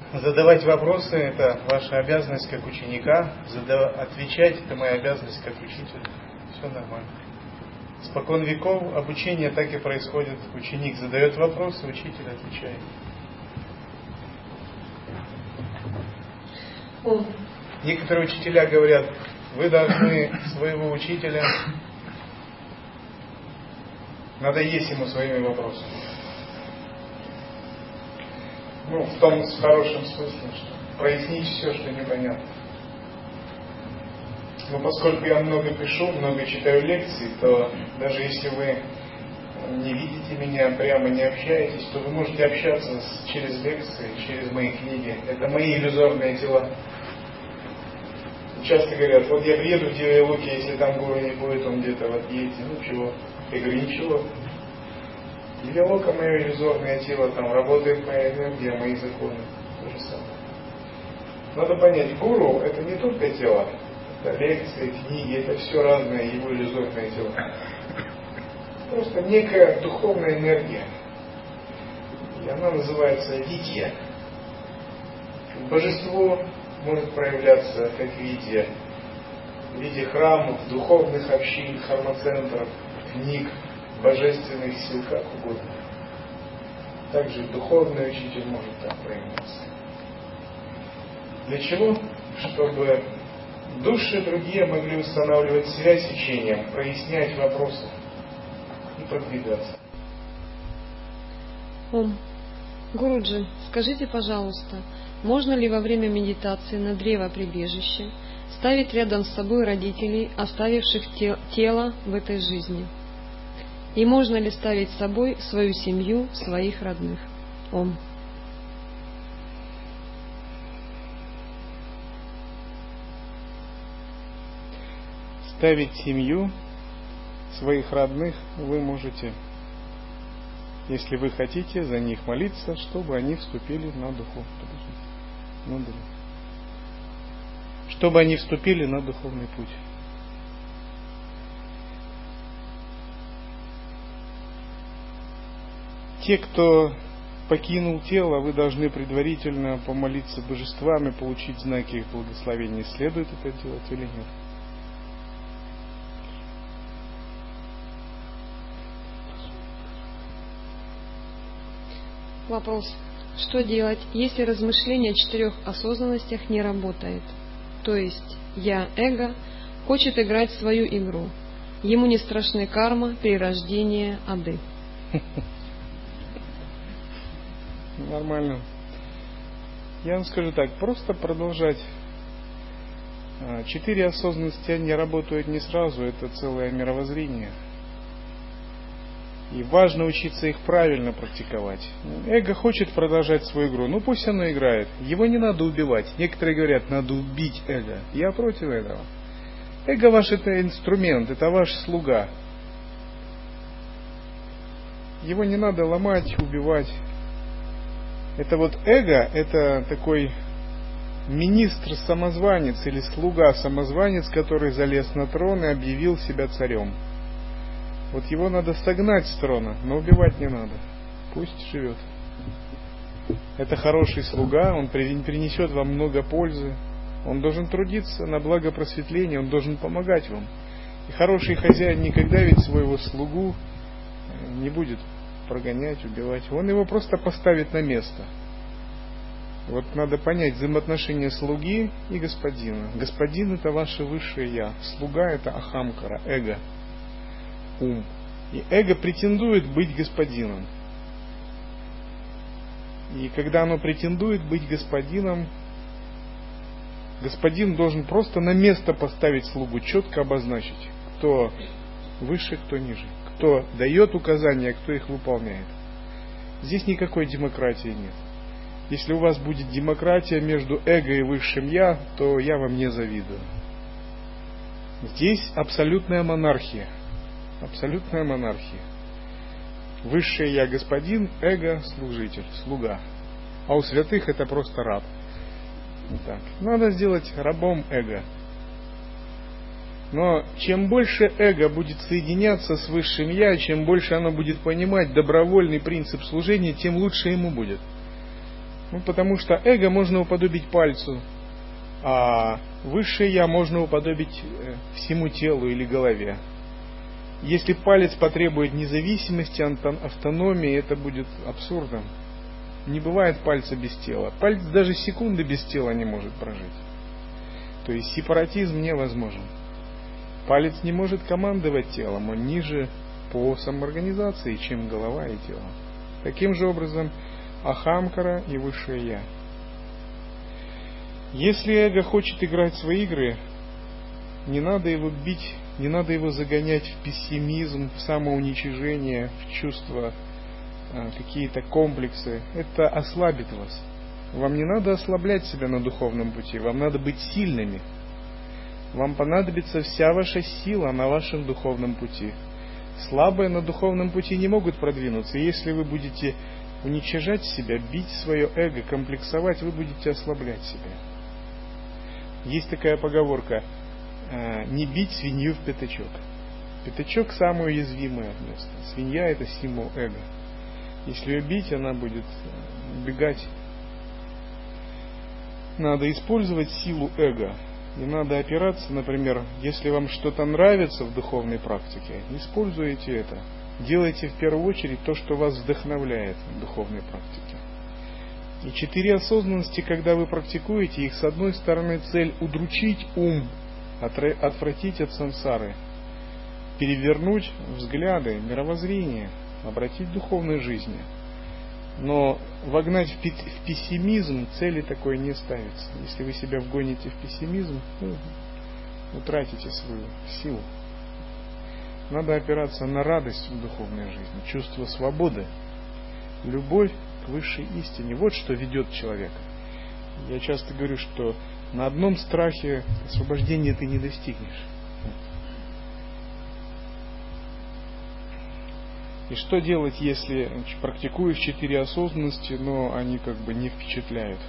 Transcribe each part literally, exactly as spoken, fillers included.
Задавать вопросы – это ваша обязанность как ученика. Задав... Отвечать – это моя обязанность как учитель. Все нормально. Спокон веков обучение так и происходит. Ученик задает вопросы, учитель отвечает. О. Некоторые учителя говорят, вы должны своего учителя надоесть ему своими вопросами. Ну, в том с хорошем смысле, что прояснить все, что непонятно. Но поскольку я много пишу, много читаю лекций, то даже если вы не видите меня, прямо не общаетесь, то вы можете общаться с, через лекции, через мои книги. Это мои иллюзорные тела. Часто говорят, вот я приеду в Дивные Луки, если там гуру не будет, он где-то вот едет. Ну чего? Я говорю, ничего. Дивная Лока, мое иллюзорное тело, там работает моя энергия, мои законы. То же самое. Надо понять, гуру это не только тело. Это лекции, книги, это все разное, его иллюзорное тело. Просто некая духовная энергия. И она называется видья. Божество может проявляться как видья в виде храмов, духовных общин, хармоцентров, книг, божественных сил, как угодно. Также духовный учитель может так проявляться. Для чего? Чтобы души другие могли устанавливать связь с учением, прояснять вопросы и продвигаться. Ом. Гуруджи, скажите, пожалуйста, можно ли во время медитации на древоприбежище ставить рядом с собой родителей, оставивших те, тело в этой жизни? И можно ли ставить с собой свою семью, своих родных? Ом. Ставить семью, своих родных вы можете, если вы хотите за них молиться, чтобы они вступили на духовный путь. Чтобы они вступили на духовный путь. Те, кто покинул тело, вы должны предварительно помолиться божествам и получить знаки их благословения. Следует это делать или нет? Вопрос. Что делать, если размышление о четырех осознанностях не работает? То есть я, эго, хочет играть свою игру. Ему не страшны карма, перерождение, ады. Нормально. Я вам скажу так, просто продолжать. Четыре осознанности, они работают не сразу, это целое мировоззрение. И важно учиться их правильно практиковать. Эго хочет продолжать свою игру, ну пусть оно играет. Его не надо убивать. Некоторые говорят, надо убить эго. Я против этого. Эго ваш это инструмент, это ваш слуга. Его не надо ломать, убивать. Это вот эго, это такой министр-самозванец или слуга-самозванец, который залез на трон и объявил себя царем. Вот его надо согнать с трона, но убивать не надо. Пусть живет. Это хороший слуга, он принесет вам много пользы. Он должен трудиться на благо просветления, он должен помогать вам. И хороший хозяин никогда ведь своего слугу не будет прогонять, убивать. Он его просто поставит на место. Вот надо понять взаимоотношения слуги и господина. Господин это ваше высшее я, слуга это ахамкара, эго. Ум. И эго претендует быть господином. И когда оно претендует быть господином, господин должен просто на место поставить слугу, четко обозначить, кто выше, кто ниже, кто дает указания, кто их выполняет. Здесь никакой демократии нет. Если у вас будет демократия между эго и высшим я, то я вам не завидую. Здесь абсолютная монархия. Абсолютная монархия. Высшее я господин, эго служитель, слуга. А у святых это просто раб. Так. Надо сделать рабом эго. Но чем больше эго будет соединяться с высшим я, чем больше оно будет понимать добровольный принцип служения, тем лучше ему будет. Ну, потому что эго можно уподобить пальцу, а высшее я можно уподобить всему телу или голове. Если палец потребует независимости, автономии, это будет абсурдом. Не бывает пальца без тела. Палец даже секунды без тела не может прожить. То есть сепаратизм невозможен. Палец не может командовать телом, он ниже по самоорганизации, чем голова и тело. Таким же образом Ахамкара и Высшее Я. Если эго хочет играть в свои игры, не надо его бить, не надо его загонять в пессимизм, в самоуничижение, в чувства, какие-то комплексы. Это ослабит вас. Вам не надо ослаблять себя на духовном пути, вам надо быть сильными. Вам понадобится вся ваша сила на вашем духовном пути. Слабые на духовном пути не могут продвинуться. И если вы будете уничижать себя, бить свое эго, комплексовать, вы будете ослаблять себя. Есть такая поговорка: не бить свинью в пятачок. Пятачок самое уязвимое место. Свинья — это символ эго. Если ее бить, она будет убегать. Надо использовать силу эго. Не надо опираться, например, если вам что-то нравится в духовной практике, используйте это. Делайте в первую очередь то, что вас вдохновляет в духовной практике. И четыре осознанности, когда вы практикуете их, с одной стороны цель удручить ум, отвратить от сансары, перевернуть взгляды, мировоззрение, обратить к духовной жизни. Но вогнать в пессимизм цели такой не ставится. Если вы себя вгоните в пессимизм, ну, утратите свою силу. Надо опираться на радость в духовной жизни, чувство свободы, любовь к высшей истине. Вот что ведет человека. Я часто говорю, что на одном страхе освобождения ты не достигнешь. И что делать, если практикуешь четыре осознанности, но они как бы не впечатляют?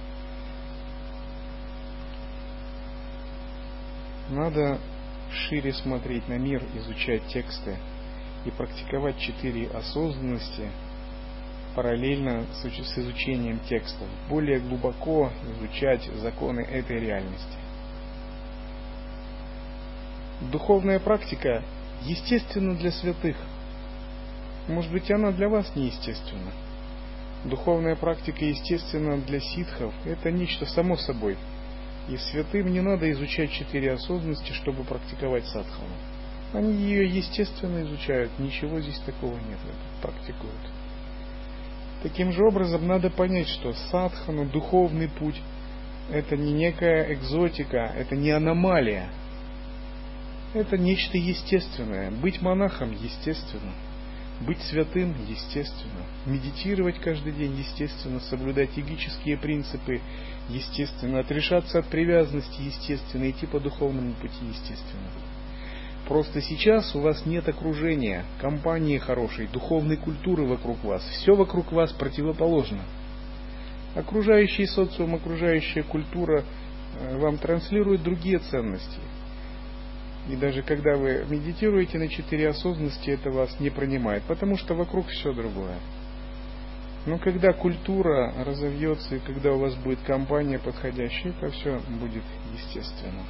Надо шире смотреть на мир, изучать тексты и практиковать четыре осознанности параллельно с изучением текстов. Более глубоко изучать законы этой реальности. Духовная практика естественна для святых. Может быть, она для вас неестественна. Духовная практика естественна для ситхов. Это нечто само собой. И святым не надо изучать четыре осознанности, чтобы практиковать садхану. Они ее естественно изучают. Ничего здесь такого нет. Практикуют. Таким же образом, надо понять, что садхана, духовный путь, это не некая экзотика, это не аномалия. Это нечто естественное. Быть монахом естественно. Быть святым – естественно. Медитировать каждый день – естественно. Соблюдать йогические принципы – естественно. Отрешаться от привязанности – естественно. Идти по духовному пути – естественно. Просто сейчас у вас нет окружения, компании хорошей, духовной культуры вокруг вас. Все вокруг вас противоположно. Окружающий социум, окружающая культура вам транслирует другие ценности. И даже когда вы медитируете на четыре осознанности, это вас не принимает, потому что вокруг все другое. Но когда культура разовьется, и когда у вас будет компания подходящая, это все будет естественно.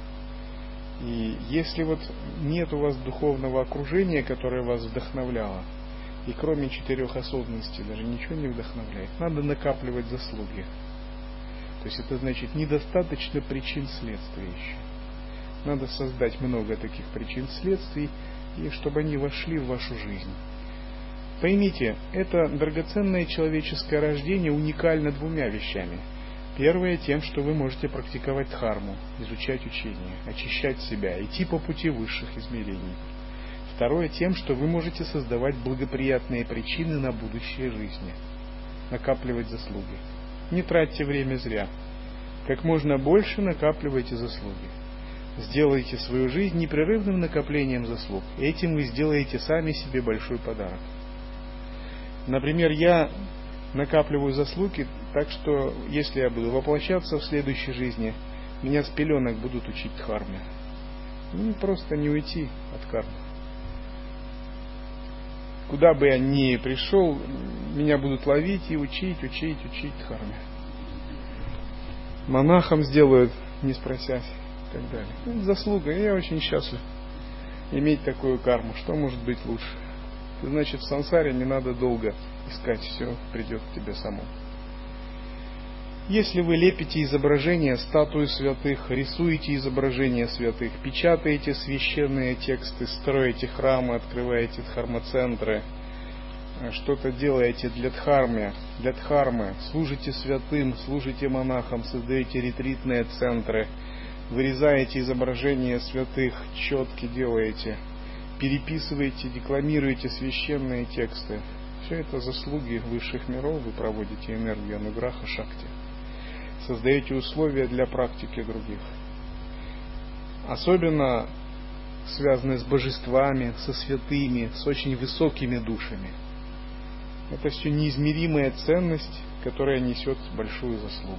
И если вот нет у вас духовного окружения, которое вас вдохновляло, и кроме четырех осознанностей даже ничего не вдохновляет, надо накапливать заслуги. То есть это значит недостаточно причин следствия еще. Надо создать много таких причин следствий, и чтобы они вошли в вашу жизнь. Поймите, это драгоценное человеческое рождение уникально двумя вещами. Первое тем, что вы можете практиковать дхарму, изучать учение, очищать себя, идти по пути высших измерений. Второе тем, что вы можете создавать благоприятные причины на будущее жизни, накапливать заслуги. Не тратьте время зря. Как можно больше накапливайте заслуги. Сделайте свою жизнь непрерывным накоплением заслуг. Этим вы сделаете сами себе большой подарок. Например, я накапливаю заслуги, так что если я буду воплощаться в следующей жизни, меня с пеленок будут учить дхарме. Ну, просто не уйти от кармы. куда бы я ни пришел, меня будут ловить и учить, учить, учить дхарме. Монахом сделают, не спросясь, и так далее. Это заслуга, и я очень счастлив иметь такую карму. Что может быть лучше? Значит, в сансаре не надо долго искать, все придет к тебе само. Если вы лепите изображения статуи святых, рисуете изображения святых, печатаете священные тексты, строите храмы, открываете дхармоцентры, что-то делаете для дхармы, для дхармы, служите святым, служите монахам, создаете ретритные центры, вырезаете изображения святых, четки делаете, переписываете, декламируете священные тексты. Все это заслуги высших миров, вы проводите энергию ануграха шакти. Создаете условия для практики других. Особенно связанные с божествами, со святыми, с очень высокими душами. Это все неизмеримая ценность, которая несет большую заслугу.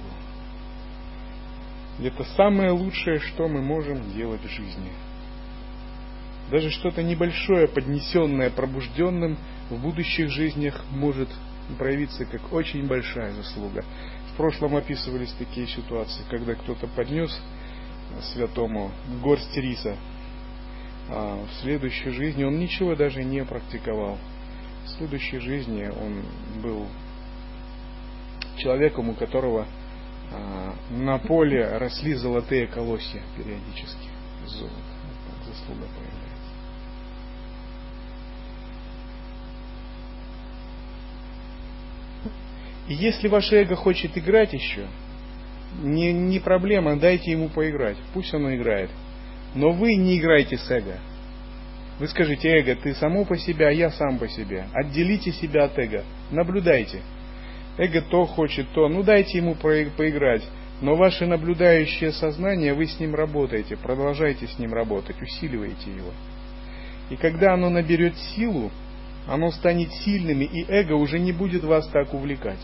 Это самое лучшее, что мы можем делать в жизни. Даже что-то небольшое, поднесенное пробужденным, в будущих жизнях может проявиться как очень большая заслуга. В прошлом описывались такие ситуации, когда кто-то поднес святому горсть риса, а в следующей жизни он ничего даже не практиковал. В следующей жизни он был человеком, у которого а, на поле росли золотые колосья периодически. Золото. Так заслуга появляется. И если ваше эго хочет играть еще, не, не проблема, дайте ему поиграть. Пусть оно играет. Но вы не играйте с эго. Вы скажите: эго, ты само по себе, а я сам по себе. Отделите себя от эго. Наблюдайте. Эго то хочет, то. Ну дайте ему поиграть. Но ваше наблюдающее сознание, вы с ним работаете. Продолжайте с ним работать. Усиливайте его. И когда оно наберет силу, оно станет сильным, и эго уже не будет вас так увлекать.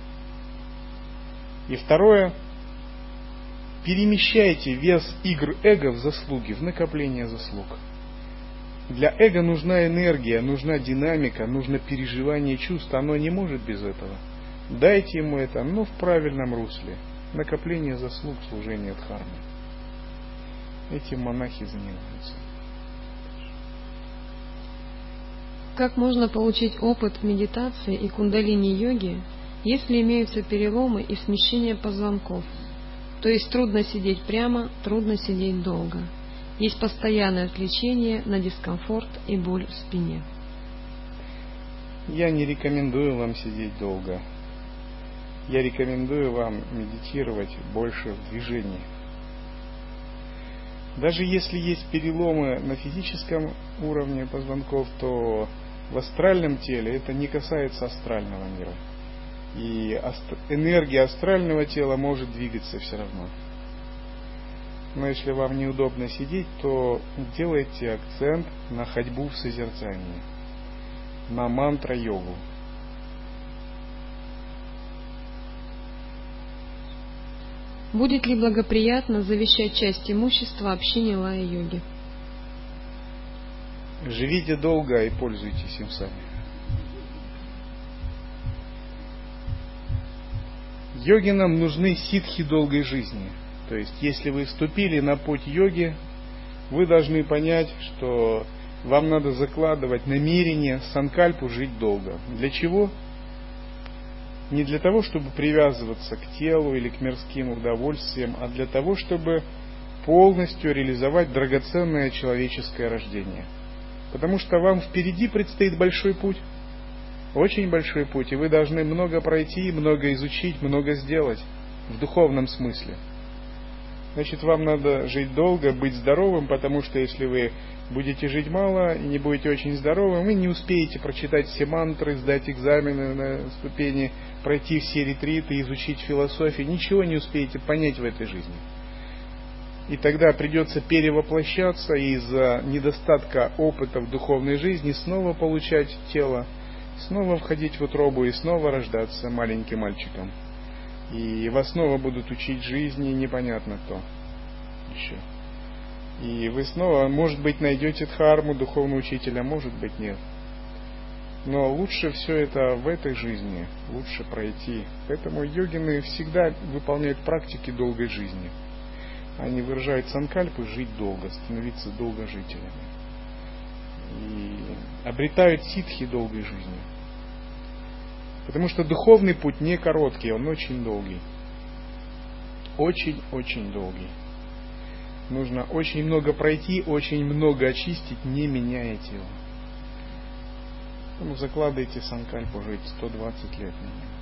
И второе, перемещайте вес игр эго в заслуги, в накопление заслуг. Для эго нужна энергия, нужна динамика, нужно переживание чувств, оно не может без этого. Дайте ему это, но в правильном русле. Накопление заслуг, служение дхарме. Этим монахи занимаются. Как можно получить опыт в медитации и кундалини-йоге, если имеются переломы и смещение позвонков? То есть трудно сидеть прямо, трудно сидеть долго. Есть постоянное отвлечение на дискомфорт и боль в спине. Я не рекомендую вам сидеть долго. Я рекомендую вам медитировать больше в движении. Даже если есть переломы на физическом уровне позвонков, то в астральном теле это не касается астрального мира. И энергия астрального тела может двигаться все равно. Но если вам неудобно сидеть, то делайте акцент на ходьбу в созерцании, на мантра-йогу. Будет ли благоприятно завещать часть имущества общине лая-йоги? Живите долго и пользуйтесь им сами. Йогинам нужны ситхи долгой жизни. То есть, если вы вступили на путь йоги, вы должны понять, что вам надо закладывать намерение, санкальпу жить долго. Для чего? Не для того, чтобы привязываться к телу или к мирским удовольствиям, а для того, чтобы полностью реализовать драгоценное человеческое рождение. Потому что вам впереди предстоит большой путь. Очень большой путь, и вы должны много пройти, много изучить, много сделать в духовном смысле. Значит, вам надо жить долго, быть здоровым, потому что если вы будете жить мало и не будете очень здоровым, вы не успеете прочитать все мантры, сдать экзамены на ступени, пройти все ретриты, изучить философию, ничего не успеете понять в этой жизни. И тогда придется перевоплощаться и из-за недостатка опыта в духовной жизни снова получать тело, снова входить в утробу и снова рождаться маленьким мальчиком. И вас снова будут учить жизни непонятно кто еще. И вы снова, может быть, найдете дхарму, духовного учителя, может быть, нет. Но лучше все это в этой жизни, лучше пройти. Поэтому йогины всегда выполняют практики долгой жизни. Они выражают санкальпы жить долго, становиться долгожителями. И обретают ситхи долгой жизни. Потому что духовный путь не короткий, он очень долгий. Очень-очень долгий. Нужно очень много пройти, очень много очистить, не меняя тело. Поэтому закладывайте санкальпу жить сто двадцать лет.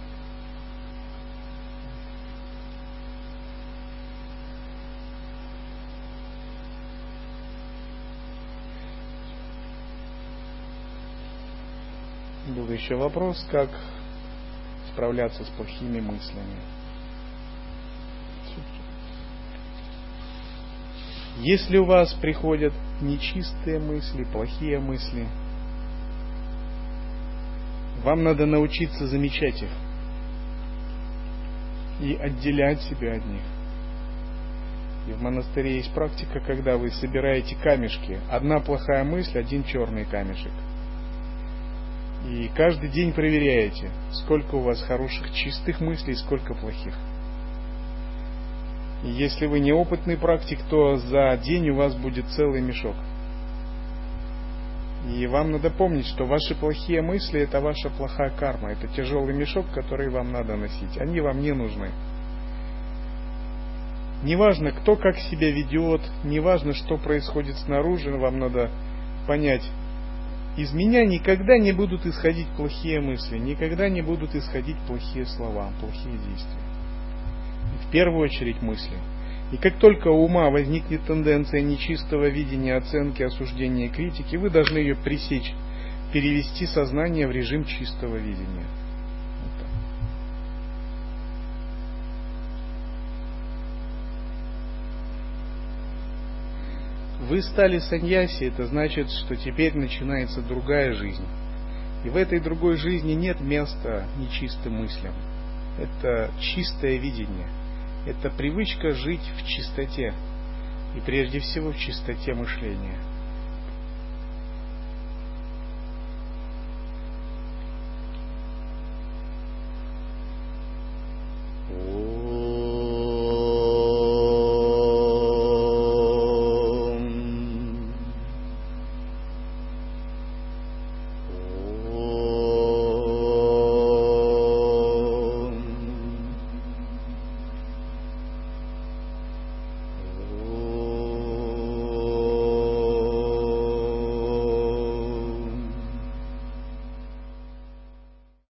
Был еще вопрос, как справляться с плохими мыслями. Если у вас приходят нечистые мысли, плохие мысли, вам надо научиться замечать их и отделять себя от них. И в монастыре есть практика, когда вы собираете камешки. Одна плохая мысль, один черный камешек. И каждый день проверяете, сколько у вас хороших чистых мыслей, сколько плохих. И если вы неопытный практик, то за день у вас будет целый мешок. И вам надо помнить, что ваши плохие мысли – это ваша плохая карма. Это тяжелый мешок, который вам надо носить. Они вам не нужны. Неважно, кто как себя ведет, неважно, что происходит снаружи, вам надо понять, из меня никогда не будут исходить плохие мысли, никогда не будут исходить плохие слова, плохие действия. И в первую очередь мысли. И как только у ума возникнет тенденция нечистого видения, оценки, осуждения и критики, вы должны ее пресечь, перевести сознание в режим чистого видения. Вот так. Вы стали саньяси, это значит, что теперь начинается другая жизнь. И в этой другой жизни нет места нечистым мыслям. Это чистое видение. Это привычка жить в чистоте. И прежде всего в чистоте мышления.